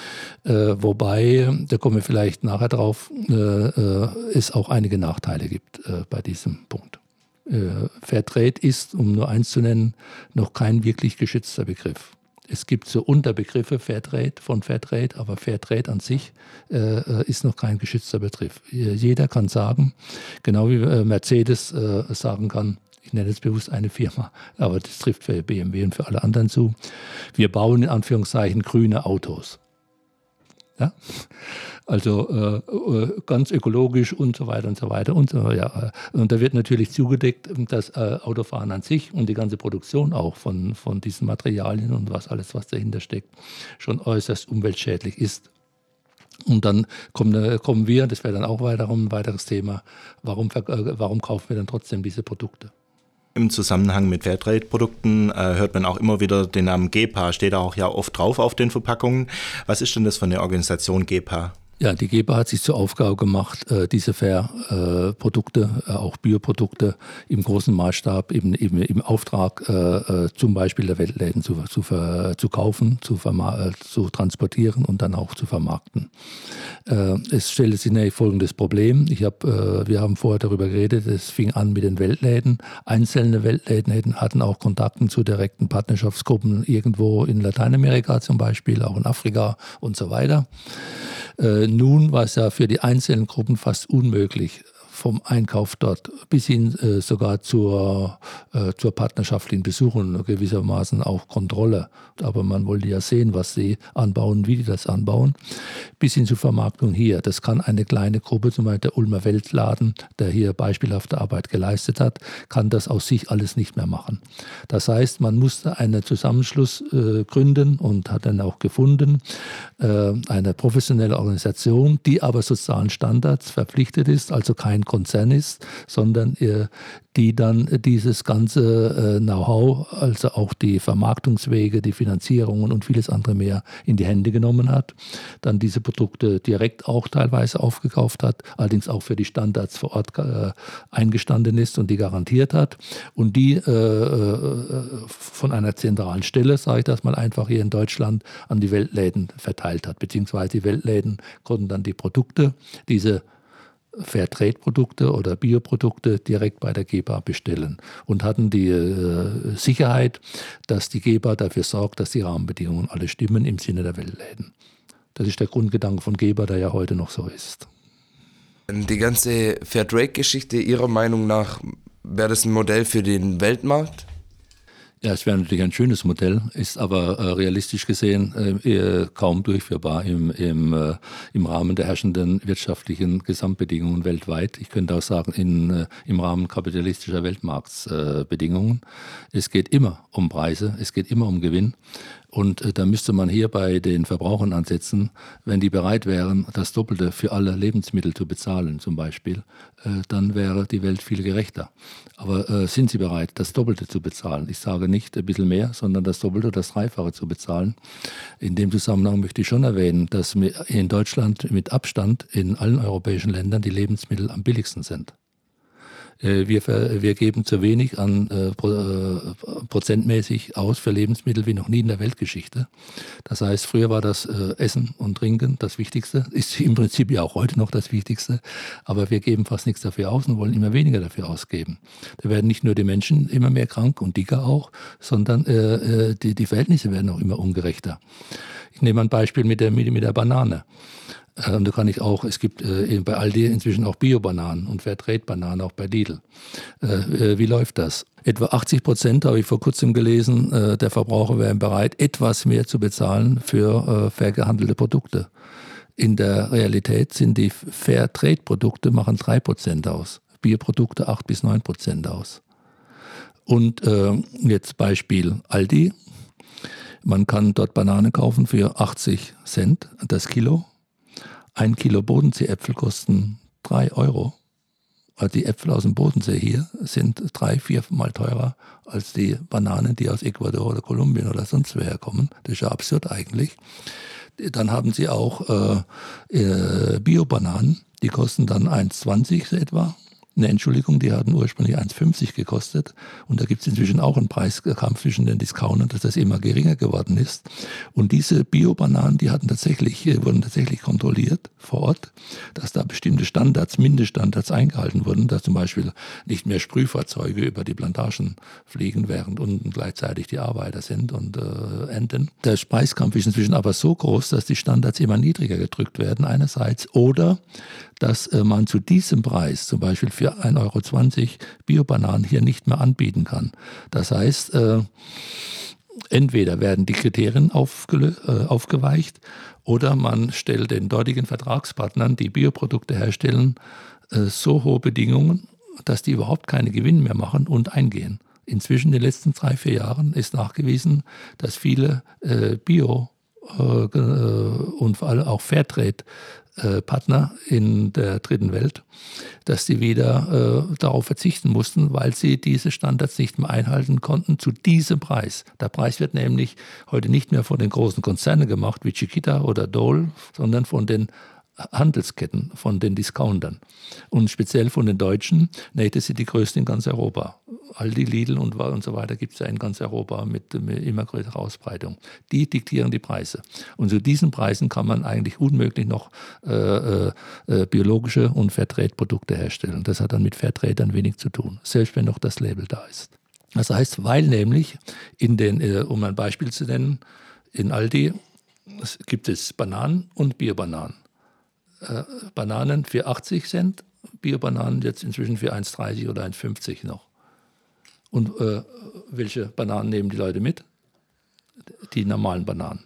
Äh, wobei, da kommen wir vielleicht nachher drauf, äh, äh, es auch einige Nachteile gibt äh, bei diesem Punkt. Äh, Fairtrade ist, um nur eins zu nennen, noch kein wirklich geschützter Begriff. Es gibt so Unterbegriffe Fairtrade von Fairtrade, aber Fairtrade an sich äh, ist noch kein geschützter Begriff. Jeder kann sagen, genau wie äh, Mercedes äh, sagen kann, ich nenne jetzt bewusst eine Firma, aber das trifft für B M W und für alle anderen zu, wir bauen in Anführungszeichen grüne Autos. Ja? Also äh, ganz ökologisch und so weiter und so weiter. Und, so, ja. Und da wird natürlich zugedeckt, dass äh, Autofahren an sich und die ganze Produktion auch von, von diesen Materialien und was alles, was dahinter steckt, schon äußerst umweltschädlich ist. Und dann kommen, kommen wir, das wäre dann auch weiterum ein weiteres Thema, warum, äh, warum kaufen wir dann trotzdem diese Produkte? Im Zusammenhang mit Fairtrade-Produkten äh, hört man auch immer wieder den Namen G E P A, steht auch ja oft drauf auf den Verpackungen. Was ist denn das für eine Organisation G E P A? Ja, die G E P A hat sich zur Aufgabe gemacht, diese Fair-Produkte, auch Bioprodukte im großen Maßstab, eben, eben im Auftrag zum Beispiel der Weltläden zu, zu, zu kaufen, zu, zu transportieren und dann auch zu vermarkten. Es stellte sich nämlich folgendes Problem. Ich hab, wir haben vorher darüber geredet, es fing an mit den Weltläden. Einzelne Weltläden hatten auch Kontakten zu direkten Partnerschaftsgruppen irgendwo in Lateinamerika zum Beispiel, auch in Afrika und so weiter. Äh, nun war es ja für die einzelnen Gruppen fast unmöglich, vom Einkauf dort bis hin äh, sogar zur, äh, zur partnerschaftlichen Besuchung, gewissermaßen auch Kontrolle. Aber man wollte ja sehen, was sie anbauen, wie die das anbauen, bis hin zur Vermarktung hier. Das kann eine kleine Gruppe, zum Beispiel der Ulmer Weltladen, der hier beispielhafte Arbeit geleistet hat, kann das aus sich alles nicht mehr machen. Das heißt, man musste einen Zusammenschluss äh, gründen und hat dann auch gefunden, äh, eine professionelle Organisation, die aber sozialen Standards verpflichtet ist, also kein Konzern ist, sondern äh, die dann dieses ganze äh, Know-how, also auch die Vermarktungswege, die Finanzierungen und vieles andere mehr in die Hände genommen hat, dann diese Produkte direkt auch teilweise aufgekauft hat, allerdings auch für die Standards vor Ort äh, eingestanden ist und die garantiert hat und die äh, von einer zentralen Stelle, sage ich das mal einfach, hier in Deutschland an die Weltläden verteilt hat, beziehungsweise die Weltläden konnten dann die Produkte, diese Fairtrade-Produkte oder Bioprodukte direkt bei der G E P A bestellen und hatten die äh, Sicherheit, dass die G E P A dafür sorgt, dass die Rahmenbedingungen alle stimmen im Sinne der Weltläden. Das ist der Grundgedanke von G E P A, der ja heute noch so ist. Die ganze Fairtrade-Geschichte, Ihrer Meinung nach, wäre das ein Modell für den Weltmarkt? Ja, es wäre natürlich ein schönes Modell, ist aber äh, realistisch gesehen äh, kaum durchführbar im, im, äh, im Rahmen der herrschenden wirtschaftlichen Gesamtbedingungen weltweit. Ich könnte auch sagen, in, äh, im Rahmen kapitalistischer Weltmarktbedingungen. Äh, es geht immer um Preise, es geht immer um Gewinn. Und äh, da müsste man hier bei den Verbrauchern ansetzen, wenn die bereit wären, das Doppelte für alle Lebensmittel zu bezahlen zum Beispiel, äh, dann wäre die Welt viel gerechter. Aber äh, sind sie bereit, das Doppelte zu bezahlen? Ich sage nicht ein bisschen mehr, sondern das Doppelte, das Dreifache zu bezahlen. In dem Zusammenhang möchte ich schon erwähnen, dass in Deutschland mit Abstand in allen europäischen Ländern die Lebensmittel am billigsten sind. Wir, wir geben zu wenig an äh, prozentmäßig aus für Lebensmittel wie noch nie in der Weltgeschichte. Das heißt, früher war das äh, Essen und Trinken das Wichtigste, ist im Prinzip ja auch heute noch das Wichtigste, aber wir geben fast nichts dafür aus und wollen immer weniger dafür ausgeben. Da werden nicht nur die Menschen immer mehr krank und dicker auch, sondern äh, die, die Verhältnisse werden auch immer ungerechter. Ich nehme ein Beispiel mit der, mit der Banane. Und da kann ich auch, es gibt äh, bei Aldi inzwischen auch Bio-Bananen und Fairtrade-Bananen, auch bei Lidl. Äh, wie läuft das? Etwa achtzig Prozent, habe ich vor kurzem gelesen, äh, der Verbraucher wären bereit, etwas mehr zu bezahlen für äh, fair gehandelte Produkte. In der Realität sind die Fairtrade-Produkte machen drei Prozent aus, Bioprodukte acht bis neun Prozent aus. Und äh, jetzt Beispiel Aldi. Man kann dort Bananen kaufen für achtzig Cent das Kilo. Ein Kilo Bodenseeäpfel kosten drei Euro. Also die Äpfel aus dem Bodensee hier sind drei, viermal teurer als die Bananen, die aus Ecuador oder Kolumbien oder sonst woher kommen. Das ist ja absurd eigentlich. Dann haben sie auch äh, äh, Bio-Bananen, die kosten dann eins zwanzig so etwa. Ne, Entschuldigung, die hatten ursprünglich eins fünfzig gekostet und da gibt es inzwischen auch einen Preiskampf zwischen den Discountern, dass das immer geringer geworden ist. Und diese Bio-Bananen, die hatten tatsächlich, wurden tatsächlich kontrolliert vor Ort, dass da bestimmte Standards, Mindeststandards eingehalten wurden, dass zum Beispiel nicht mehr Sprühfahrzeuge über die Plantagen fliegen, während unten gleichzeitig die Arbeiter sind und äh, ernten. Der Preiskampf ist inzwischen aber so groß, dass die Standards immer niedriger gedrückt werden einerseits oder dass äh, man zu diesem Preis zum Beispiel für ein Euro zwanzig Biobananen hier nicht mehr anbieten kann. Das heißt, äh, entweder werden die Kriterien aufgelö- äh, aufgeweicht oder man stellt den dortigen Vertragspartnern, die Bioprodukte herstellen, äh, so hohe Bedingungen, dass die überhaupt keine Gewinne mehr machen und eingehen. Inzwischen in den letzten drei, vier Jahren ist nachgewiesen, dass viele äh, Bio- äh, und vor allem auch Fairtrade Partner in der dritten Welt, dass die wieder äh, darauf verzichten mussten, weil sie diese Standards nicht mehr einhalten konnten zu diesem Preis. Der Preis wird nämlich heute nicht mehr von den großen Konzernen gemacht, wie Chiquita oder Dole, sondern von den Handelsketten, von den Discountern. Und speziell von den Deutschen, nee, das sind die größten in ganz Europa. Aldi, Lidl und, und so weiter gibt es ja in ganz Europa mit, mit immer größerer Ausbreitung. Die diktieren die Preise. Und zu diesen Preisen kann man eigentlich unmöglich noch äh, äh, biologische und Fairtrade-Produkte herstellen. Das hat dann mit Fairtrade dann wenig zu tun, selbst wenn noch das Label da ist. Das heißt, weil nämlich, in den, äh, um ein Beispiel zu nennen, in Aldi gibt es Bananen und Biobananen. Äh, Bananen für achtzig Cent, Biobananen jetzt inzwischen für eins dreißig oder eins fünfzig noch. Und äh, welche Bananen nehmen die Leute mit? Die normalen Bananen.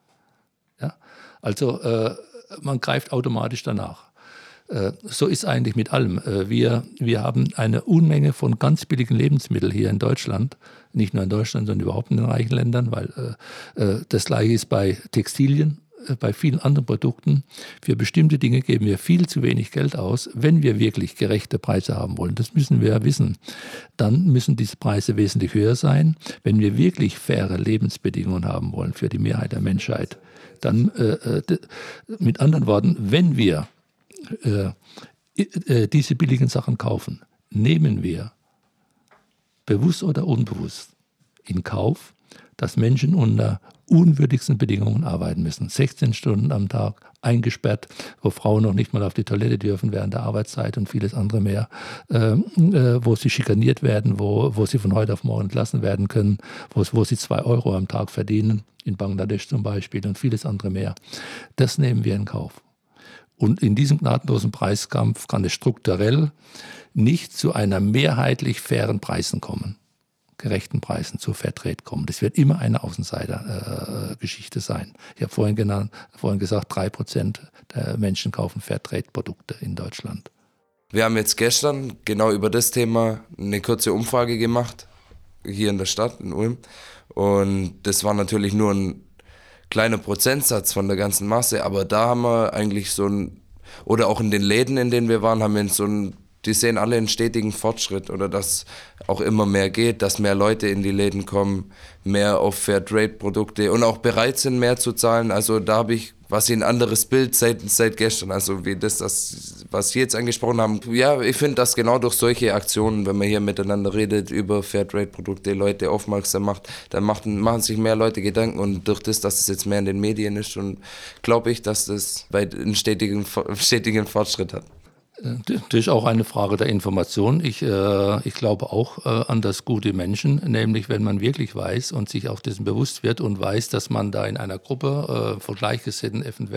Ja? Also äh, man greift automatisch danach. Äh, so ist eigentlich mit allem. Äh, wir, wir haben eine Unmenge von ganz billigen Lebensmitteln hier in Deutschland. Nicht nur in Deutschland, sondern überhaupt in den reichen Ländern. Weil äh, äh, das Gleiche ist bei Textilien. Bei vielen anderen Produkten. Für bestimmte Dinge geben wir viel zu wenig Geld aus, wenn wir wirklich gerechte Preise haben wollen. Das müssen wir ja wissen. Dann müssen diese Preise wesentlich höher sein. Wenn wir wirklich faire Lebensbedingungen haben wollen für die Mehrheit der Menschheit, dann äh, mit anderen Worten, wenn wir äh, äh, diese billigen Sachen kaufen, nehmen wir bewusst oder unbewusst in Kauf, dass Menschen unter unwürdigsten Bedingungen arbeiten müssen. sechzehn Stunden am Tag eingesperrt, wo Frauen noch nicht mal auf die Toilette dürfen während der Arbeitszeit und vieles andere mehr, äh, äh, wo sie schikaniert werden, wo, wo sie von heute auf morgen entlassen werden können, wo, wo sie zwei Euro am Tag verdienen, in Bangladesch zum Beispiel und vieles andere mehr. Das nehmen wir in Kauf. Und in diesem gnadenlosen Preiskampf kann es strukturell nicht zu einer mehrheitlich fairen Preisen kommen. gerechten Preisen zu Fairtrade kommen. Das wird immer eine Außenseiter-Geschichte äh, sein. Ich habe vorhin, genannt, vorhin gesagt, drei Prozent der Menschen kaufen Fairtrade-Produkte in Deutschland. Wir haben jetzt gestern genau über das Thema eine kurze Umfrage gemacht, hier in der Stadt, in Ulm. Und das war natürlich nur ein kleiner Prozentsatz von der ganzen Masse, aber da haben wir eigentlich so ein, oder auch in den Läden, in denen wir waren, haben wir so ein, die sehen alle einen stetigen Fortschritt oder dass auch immer mehr geht, dass mehr Leute in die Läden kommen, mehr auf Fairtrade-Produkte und auch bereit sind, mehr zu zahlen. Also da habe ich quasi ein anderes Bild seit, seit gestern, also wie das, das, was Sie jetzt angesprochen haben. Ja, ich finde, dass genau durch solche Aktionen, wenn man hier miteinander redet über Fairtrade-Produkte, Leute aufmerksam macht, dann machen, machen sich mehr Leute Gedanken und durch das, dass es jetzt mehr in den Medien ist, und glaube ich, dass das einen stetigen, stetigen Fortschritt hat. Das ist auch eine Frage der Information. Ich, äh, ich glaube auch äh, an das gute Menschen, nämlich wenn man wirklich weiß und sich auch dessen bewusst wird und weiß, dass man da in einer Gruppe äh, von Gleichgesinnten eventuell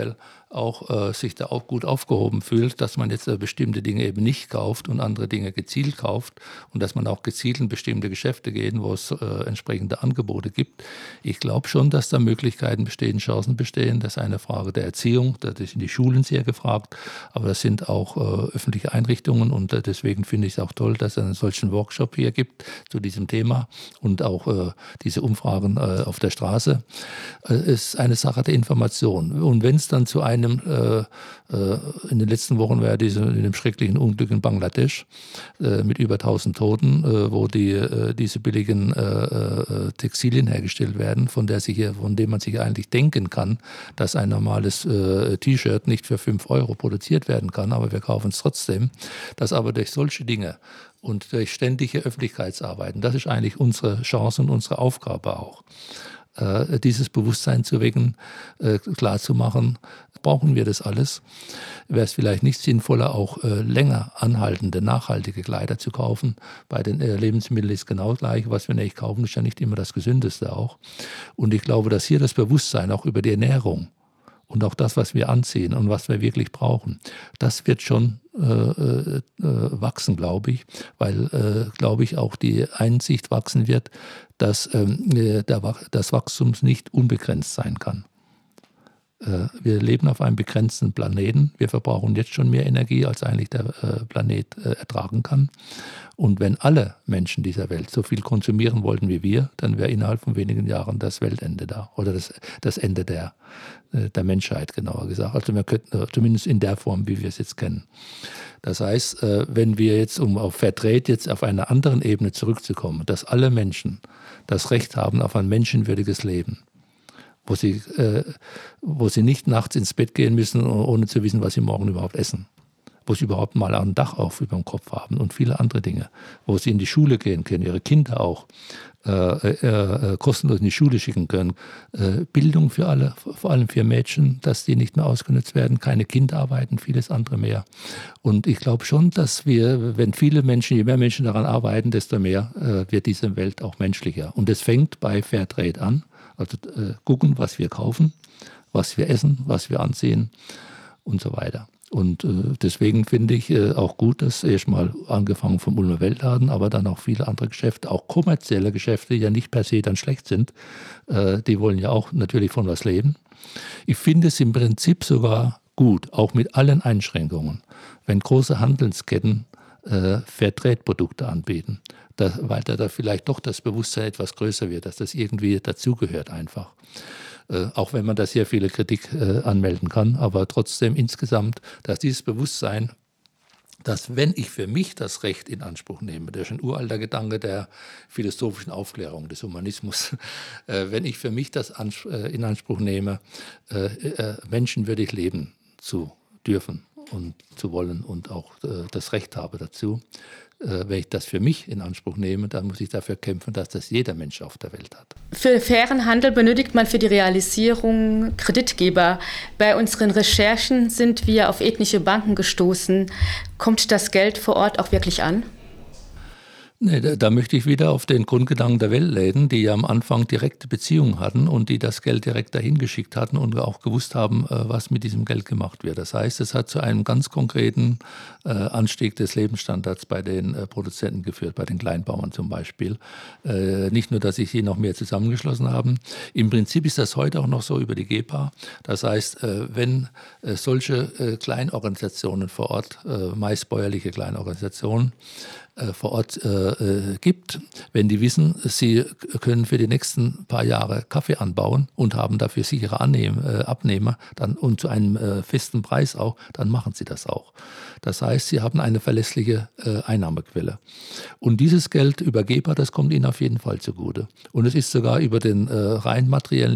auch äh, sich da auch gut aufgehoben fühlt, dass man jetzt äh, bestimmte Dinge eben nicht kauft und andere Dinge gezielt kauft und dass man auch gezielt in bestimmte Geschäfte geht, wo es äh, entsprechende Angebote gibt. Ich glaube schon, dass da Möglichkeiten bestehen, Chancen bestehen. Das ist eine Frage der Erziehung, da sind die Schulen sehr gefragt, aber das sind auch äh, öffentliche Einrichtungen und äh, deswegen finde ich es auch toll, dass es einen solchen Workshop hier gibt zu diesem Thema und auch äh, diese Umfragen äh, auf der Straße. Es äh, ist eine Sache der Information. Und wenn es dann zu einem Äh, äh, in den letzten Wochen war ja diese, in dem schrecklichen Unglück in Bangladesch äh, mit über tausend Toten, äh, wo die, äh, diese billigen äh, äh, Textilien hergestellt werden, von, der sich hier, von dem man sich eigentlich denken kann, dass ein normales äh, T-Shirt nicht für fünf Euro produziert werden kann, aber wir kaufen es trotzdem. Dass aber durch solche Dinge und durch ständige Öffentlichkeitsarbeiten, das ist eigentlich unsere Chance und unsere Aufgabe auch. Äh, dieses Bewusstsein zu wecken, äh, klarzumachen, brauchen wir das alles. Wäre es vielleicht nicht sinnvoller, auch äh, länger anhaltende, nachhaltige Kleider zu kaufen? Bei den äh, Lebensmitteln ist genau das Gleiche, was wir nicht kaufen, ist ja nicht immer das Gesündeste auch. Und ich glaube, dass hier das Bewusstsein auch über die Ernährung und auch das, was wir anziehen und was wir wirklich brauchen, das wird schon äh, äh, wachsen, glaube ich, weil, äh, glaube ich, auch die Einsicht wachsen wird, dass ähm, der, das Wachstum nicht unbegrenzt sein kann. Äh, wir leben auf einem begrenzten Planeten. Wir verbrauchen jetzt schon mehr Energie, als eigentlich der äh, Planet äh, ertragen kann. Und wenn alle Menschen dieser Welt so viel konsumieren wollten wie wir, dann wäre innerhalb von wenigen Jahren das Weltende da oder das, das Ende der, der Menschheit, genauer gesagt. Also wir könnten, zumindest in der Form, wie wir es jetzt kennen. Das heißt, wenn wir jetzt, um auf Fairtrade jetzt auf einer anderen Ebene zurückzukommen, dass alle Menschen das Recht haben auf ein menschenwürdiges Leben, wo sie, äh, wo sie nicht nachts ins Bett gehen müssen, ohne zu wissen, was sie morgen überhaupt essen, wo sie überhaupt mal ein Dach auf über dem Kopf haben und viele andere Dinge, wo sie in die Schule gehen können, ihre Kinder auch äh, äh, kostenlos in die Schule schicken können. Äh, Bildung für alle, vor allem für Mädchen, dass die nicht mehr ausgenutzt werden, keine Kinderarbeit und vieles andere mehr. Und ich glaube schon, dass wir, wenn viele Menschen, je mehr Menschen daran arbeiten, desto mehr äh, wird diese Welt auch menschlicher. Und es fängt bei Fairtrade an, also äh, gucken, was wir kaufen, was wir essen, was wir anziehen und so weiter. Und äh, deswegen finde ich äh, auch gut, dass erstmal angefangen vom Ulmer Weltladen, aber dann auch viele andere Geschäfte, auch kommerzielle Geschäfte, die ja nicht per se dann schlecht sind, äh, die wollen ja auch natürlich von was leben. Ich finde es im Prinzip sogar gut, auch mit allen Einschränkungen, wenn große Handelsketten äh, Fairtrade-Produkte anbieten, da, weil da, da vielleicht doch das Bewusstsein etwas größer wird, dass das irgendwie dazugehört einfach. Äh, auch wenn man da sehr viele Kritik äh, anmelden kann, aber trotzdem insgesamt, dass dieses Bewusstsein, dass wenn ich für mich das Recht in Anspruch nehme, das ist ein uralter Gedanke der philosophischen Aufklärung, des Humanismus, äh, wenn ich für mich das ans- äh, in Anspruch nehme, äh, äh, menschenwürdig leben zu dürfen und zu wollen und auch äh, das Recht habe dazu, äh, wenn ich das für mich in Anspruch nehme, dann muss ich dafür kämpfen, dass das jeder Mensch auf der Welt hat. Für fairen Handel benötigt man für die Realisierung Kreditgeber. Bei unseren Recherchen sind wir auf ethnische Banken gestoßen. Kommt das Geld vor Ort auch wirklich an? Nee, da, da möchte ich wieder auf den Grundgedanken der Weltläden, die ja am Anfang direkte Beziehungen hatten und die das Geld direkt dahin geschickt hatten und auch gewusst haben, was mit diesem Geld gemacht wird. Das heißt, es hat zu einem ganz konkreten äh, Anstieg des Lebensstandards bei den äh, Produzenten geführt, bei den Kleinbauern zum Beispiel. Äh, nicht nur, dass sich die noch mehr zusammengeschlossen haben. Im Prinzip ist das heute auch noch so über die G E P A. Das heißt, äh, wenn äh, solche äh, Kleinorganisationen vor Ort, äh, meist bäuerliche Kleinorganisationen, vor Ort äh, gibt, wenn die wissen, sie können für die nächsten paar Jahre Kaffee anbauen und haben dafür sichere Annehm, äh, Abnehmer dann, und zu einem äh, festen Preis auch, dann machen sie das auch. Das heißt, sie haben eine verlässliche äh, Einnahmequelle. Und dieses Geld über G E P A, das kommt ihnen auf jeden Fall zugute. Und es ist sogar über den äh, rein materiellen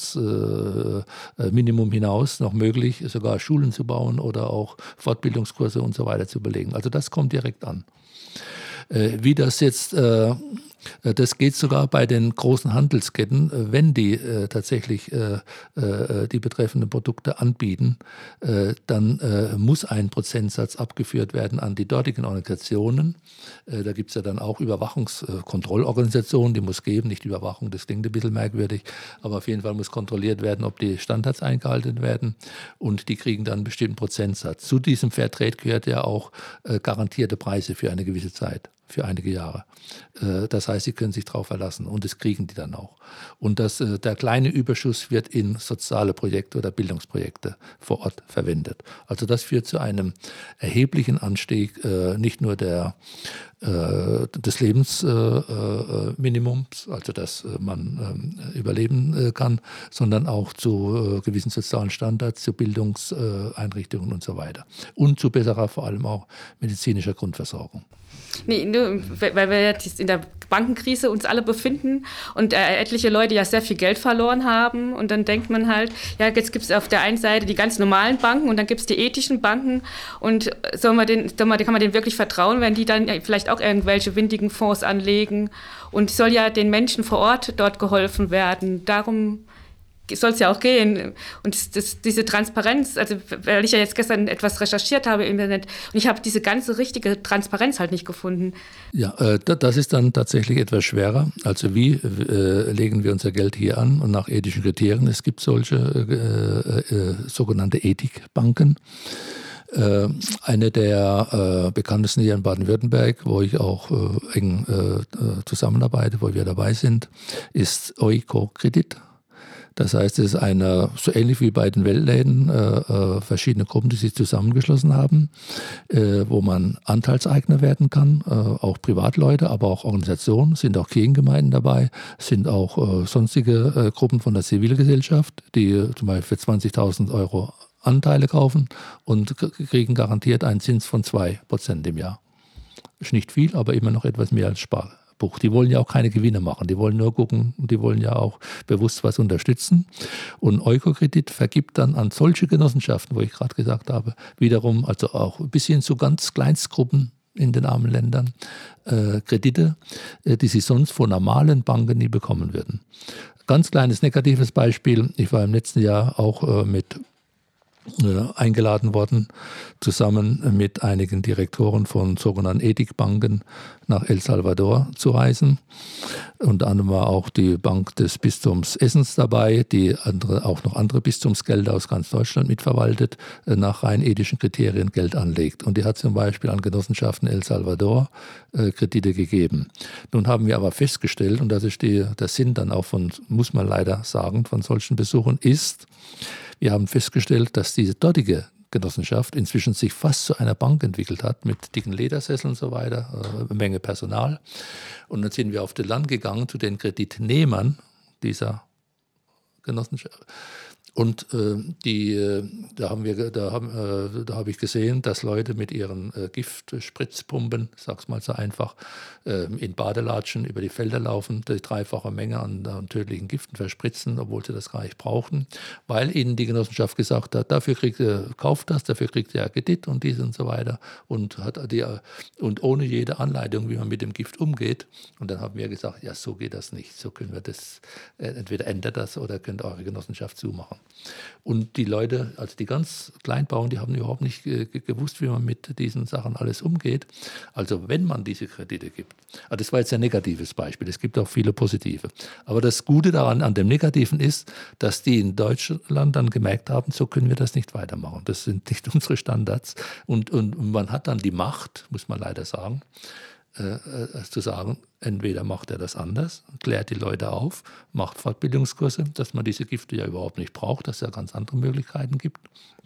Lebensminimum äh, hinaus noch möglich, sogar Schulen zu bauen oder auch Fortbildungskurse und so weiter zu belegen. Also das kommt direkt an. Wie das jetzt äh, Das geht sogar bei den großen Handelsketten, wenn die äh, tatsächlich äh, äh, die betreffenden Produkte anbieten, äh, dann äh, muss ein Prozentsatz abgeführt werden an die dortigen Organisationen. Äh, da gibt es ja dann auch Überwachungskontrollorganisationen, die muss geben, nicht Überwachung, das klingt ein bisschen merkwürdig, aber auf jeden Fall muss kontrolliert werden, ob die Standards eingehalten werden und die kriegen dann einen bestimmten Prozentsatz. Zu diesem Fairtrade gehört ja auch äh, garantierte Preise für eine gewisse Zeit. Für einige Jahre. Das heißt, sie können sich darauf verlassen und das kriegen die dann auch. Und das, der kleine Überschuss wird in soziale Projekte oder Bildungsprojekte vor Ort verwendet. Also das führt zu einem erheblichen Anstieg nicht nur der, des Lebensminimums, also dass man überleben kann, sondern auch zu gewissen sozialen Standards, zu Bildungseinrichtungen und so weiter. Und zu besserer, vor allem auch medizinischer Grundversorgung. Nee, nur, weil wir jetzt in der Bankenkrise uns alle befinden und äh, etliche Leute ja sehr viel Geld verloren haben und dann denkt man halt, ja, jetzt gibt es auf der einen Seite die ganz normalen Banken und dann gibt es die ethischen Banken und soll man den, soll man, kann man denen wirklich vertrauen, wenn die dann vielleicht auch irgendwelche windigen Fonds anlegen und soll ja den Menschen vor Ort dort geholfen werden. Darum soll es ja auch gehen. Und das, das, diese Transparenz, also weil ich ja jetzt gestern etwas recherchiert habe im Internet und ich habe diese ganze richtige Transparenz halt nicht gefunden. Ja, äh, das ist dann tatsächlich etwas schwerer. Also wie äh, legen wir unser Geld hier an und nach ethischen Kriterien? Es gibt solche äh, äh, sogenannte Ethikbanken. Äh, eine der äh, bekanntesten hier in Baden-Württemberg, wo ich auch äh, eng äh, zusammenarbeite, wo wir dabei sind, ist Oikokredit. Das heißt, es ist eine, so ähnlich wie bei den Weltläden, äh, äh, verschiedene Gruppen, die sich zusammengeschlossen haben, äh, wo man Anteilseigner werden kann, äh, auch Privatleute, aber auch Organisationen, sind auch Kirchengemeinden dabei, sind auch äh, sonstige äh, Gruppen von der Zivilgesellschaft, die äh, zum Beispiel für zwanzigtausend Euro Anteile kaufen und kriegen garantiert einen Zins von zwei Prozent im Jahr. Ist nicht viel, aber immer noch etwas mehr als Spar. Die wollen ja auch keine Gewinne machen, die wollen nur gucken, die wollen ja auch bewusst was unterstützen. Und Oikokredit vergibt dann an solche Genossenschaften, wo ich gerade gesagt habe, wiederum, also auch bis hin zu ganz Kleinstgruppen in den armen Ländern, äh, Kredite, äh, die sie sonst von normalen Banken nie bekommen würden. Ganz kleines negatives Beispiel, ich war im letzten Jahr auch äh, mit eingeladen worden, zusammen mit einigen Direktoren von sogenannten Ethikbanken nach El Salvador zu reisen. Unter anderem war auch die Bank des Bistums Essens dabei, die andere, auch noch andere Bistumsgelder aus ganz Deutschland mitverwaltet, nach rein ethischen Kriterien Geld anlegt. Und die hat zum Beispiel an Genossenschaften El Salvador äh, Kredite gegeben. Nun haben wir aber festgestellt, und das ist die, der Sinn dann auch von, muss man leider sagen, von solchen Besuchen ist, wir haben festgestellt, dass diese dortige Genossenschaft inzwischen sich fast zu einer Bank entwickelt hat, mit dicken Ledersesseln und so weiter, eine Menge Personal. Und dann sind wir auf das Land gegangen zu den Kreditnehmern dieser Genossenschaft. Und äh, die, äh, da haben wir, da haben, äh, da habe ich gesehen, dass Leute mit ihren äh, Giftspritzpumpen, ich sag's mal so einfach, äh, in Badelatschen über die Felder laufen, die dreifache Menge an, an tödlichen Giften verspritzen, obwohl sie das gar nicht brauchten, weil ihnen die Genossenschaft gesagt hat, dafür kriegt ihr, kauft das, dafür kriegt ihr Kredit und dies und so weiter und hat die, und ohne jede Anleitung, wie man mit dem Gift umgeht. Und dann haben wir gesagt, ja, so geht das nicht, so können wir das, äh, entweder ändert das oder könnt eure Genossenschaft zumachen. Und die Leute, also die ganz Kleinbauern, die haben überhaupt nicht ge- gewusst, wie man mit diesen Sachen alles umgeht. Also wenn man diese Kredite gibt. Also das war jetzt ein negatives Beispiel, es gibt auch viele positive. Aber das Gute daran, an dem Negativen ist, dass die in Deutschland dann gemerkt haben, so können wir das nicht weitermachen. Das sind nicht unsere Standards. Und, und man hat dann die Macht, muss man leider sagen, Äh, äh, zu sagen, entweder macht er das anders, klärt die Leute auf, macht Fortbildungskurse, dass man diese Gifte ja überhaupt nicht braucht, dass es ja ganz andere Möglichkeiten gibt.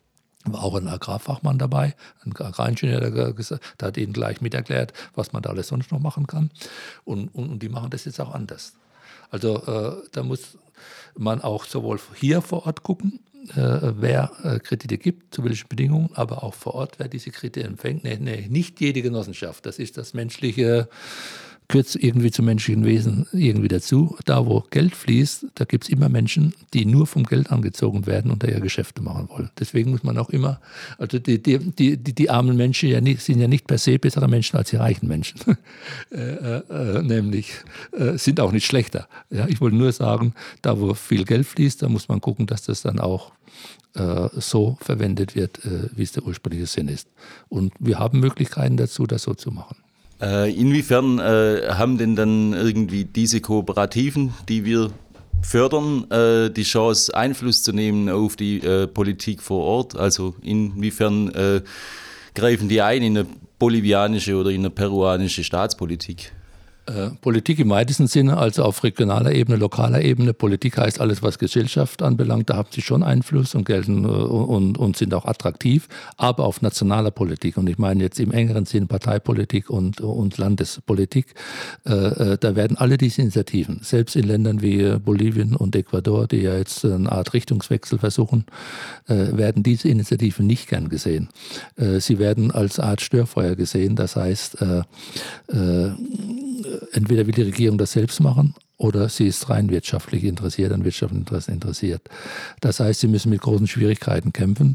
War auch ein Agrarfachmann dabei, ein Agraringenieur, der, gesagt, der hat ihnen gleich miterklärt, was man da alles sonst noch machen kann. Und, und, und die machen das jetzt auch anders. Also äh, da muss man auch sowohl hier vor Ort gucken, äh, wer äh, Kredite gibt, zu welchen Bedingungen, aber auch vor Ort, wer diese Kredite empfängt. Nee, nee, nicht jede Genossenschaft, das ist das menschliche gehört irgendwie zum menschlichen Wesen irgendwie dazu. Da, wo Geld fließt, da gibt es immer Menschen, die nur vom Geld angezogen werden und da ihre Geschäfte machen wollen. Deswegen muss man auch immer, also die, die, die, die, die armen Menschen ja nicht, sind ja nicht per se bessere Menschen als die reichen Menschen. äh, äh, nämlich äh, sind auch nicht schlechter. Ja, ich wollte nur sagen, da, wo viel Geld fließt, da muss man gucken, dass das dann auch äh, so verwendet wird, äh, wie es der ursprüngliche Sinn ist. Und wir haben Möglichkeiten dazu, das so zu machen. Äh, inwiefern äh, haben denn dann irgendwie diese Kooperativen, die wir fördern, äh, die Chance, Einfluss zu nehmen auf die äh, Politik vor Ort? Also inwiefern äh, greifen die ein in eine bolivianische oder in eine peruanische Staatspolitik? Äh, Politik im weitesten Sinne, also auf regionaler Ebene, lokaler Ebene. Politik heißt alles, was Gesellschaft anbelangt. Da haben sie schon Einfluss und gelten äh, und, und sind auch attraktiv. Aber auf nationaler Politik, und ich meine jetzt im engeren Sinn Parteipolitik und, und Landespolitik, äh, äh, da werden alle diese Initiativen, selbst in Ländern wie Bolivien und Ecuador, die ja jetzt eine Art Richtungswechsel versuchen, äh, werden diese Initiativen nicht gern gesehen. Äh, sie werden als Art Störfeuer gesehen. Das heißt, äh, äh, entweder will die Regierung das selbst machen oder sie ist rein wirtschaftlich interessiert, an wirtschaftlichen Interessen interessiert. Das heißt, sie müssen mit großen Schwierigkeiten kämpfen.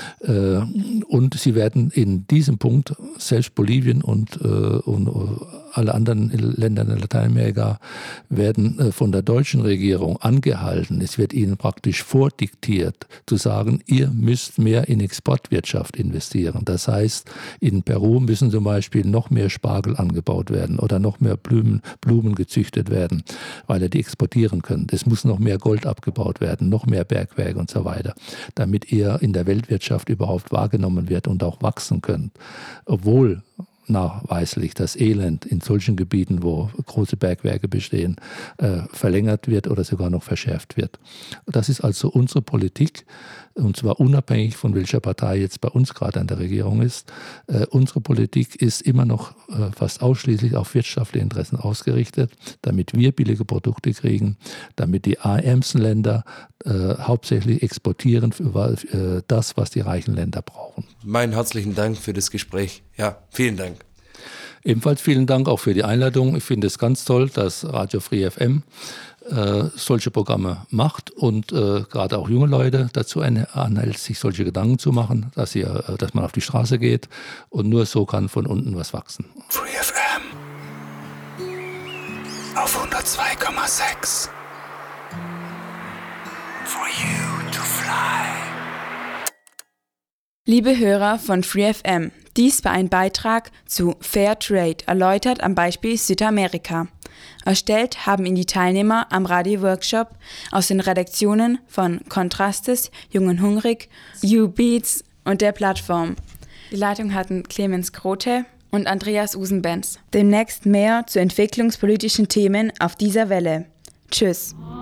Und sie werden in diesem Punkt, selbst Bolivien und, und alle anderen Länder in Lateinamerika, werden von der deutschen Regierung angehalten. Es wird ihnen praktisch vordiktiert, zu sagen, ihr müsst mehr in Exportwirtschaft investieren. Das heißt, in Peru müssen zum Beispiel noch mehr Spargel angebaut werden oder noch mehr Blumen, Blumen gezüchtet werden, weil er die exportieren können. Es muss noch mehr Gold abgebaut werden, noch mehr Bergwerke und so weiter, damit ihr in der Weltwirtschaft überhaupt wahrgenommen wird und auch wachsen könnt. Obwohl nachweislich das Elend in solchen Gebieten, wo große Bergwerke bestehen, äh, verlängert wird oder sogar noch verschärft wird. Das ist also unsere Politik, und zwar unabhängig von welcher Partei jetzt bei uns gerade an der Regierung ist. Äh, unsere Politik ist immer noch äh, fast ausschließlich auf wirtschaftliche Interessen ausgerichtet, damit wir billige Produkte kriegen, damit die ärmsten Länder äh, hauptsächlich exportieren für äh, das, was die reichen Länder brauchen. Meinen herzlichen Dank für das Gespräch. Ja, vielen Dank. Ebenfalls vielen Dank auch für die Einladung. Ich finde es ganz toll, dass Radio Free F M äh, solche Programme macht und äh, gerade auch junge Leute dazu anhält, sich solche Gedanken zu machen, dass, sie, äh, dass man auf die Straße geht und nur so kann von unten was wachsen. Free F M auf hundertzwei Komma sechs. For you to fly. Liebe Hörer von Free F M, dies war ein Beitrag zu Fair Trade, erläutert am Beispiel Südamerika. Erstellt haben ihn die Teilnehmer am Radio-Workshop aus den Redaktionen von Kontrastes, Jung und Hungrig, U-Beats und der Plattform. Die Leitung hatten Clemens Grote und Andreas Usenbenz. Demnächst mehr zu entwicklungspolitischen Themen auf dieser Welle. Tschüss.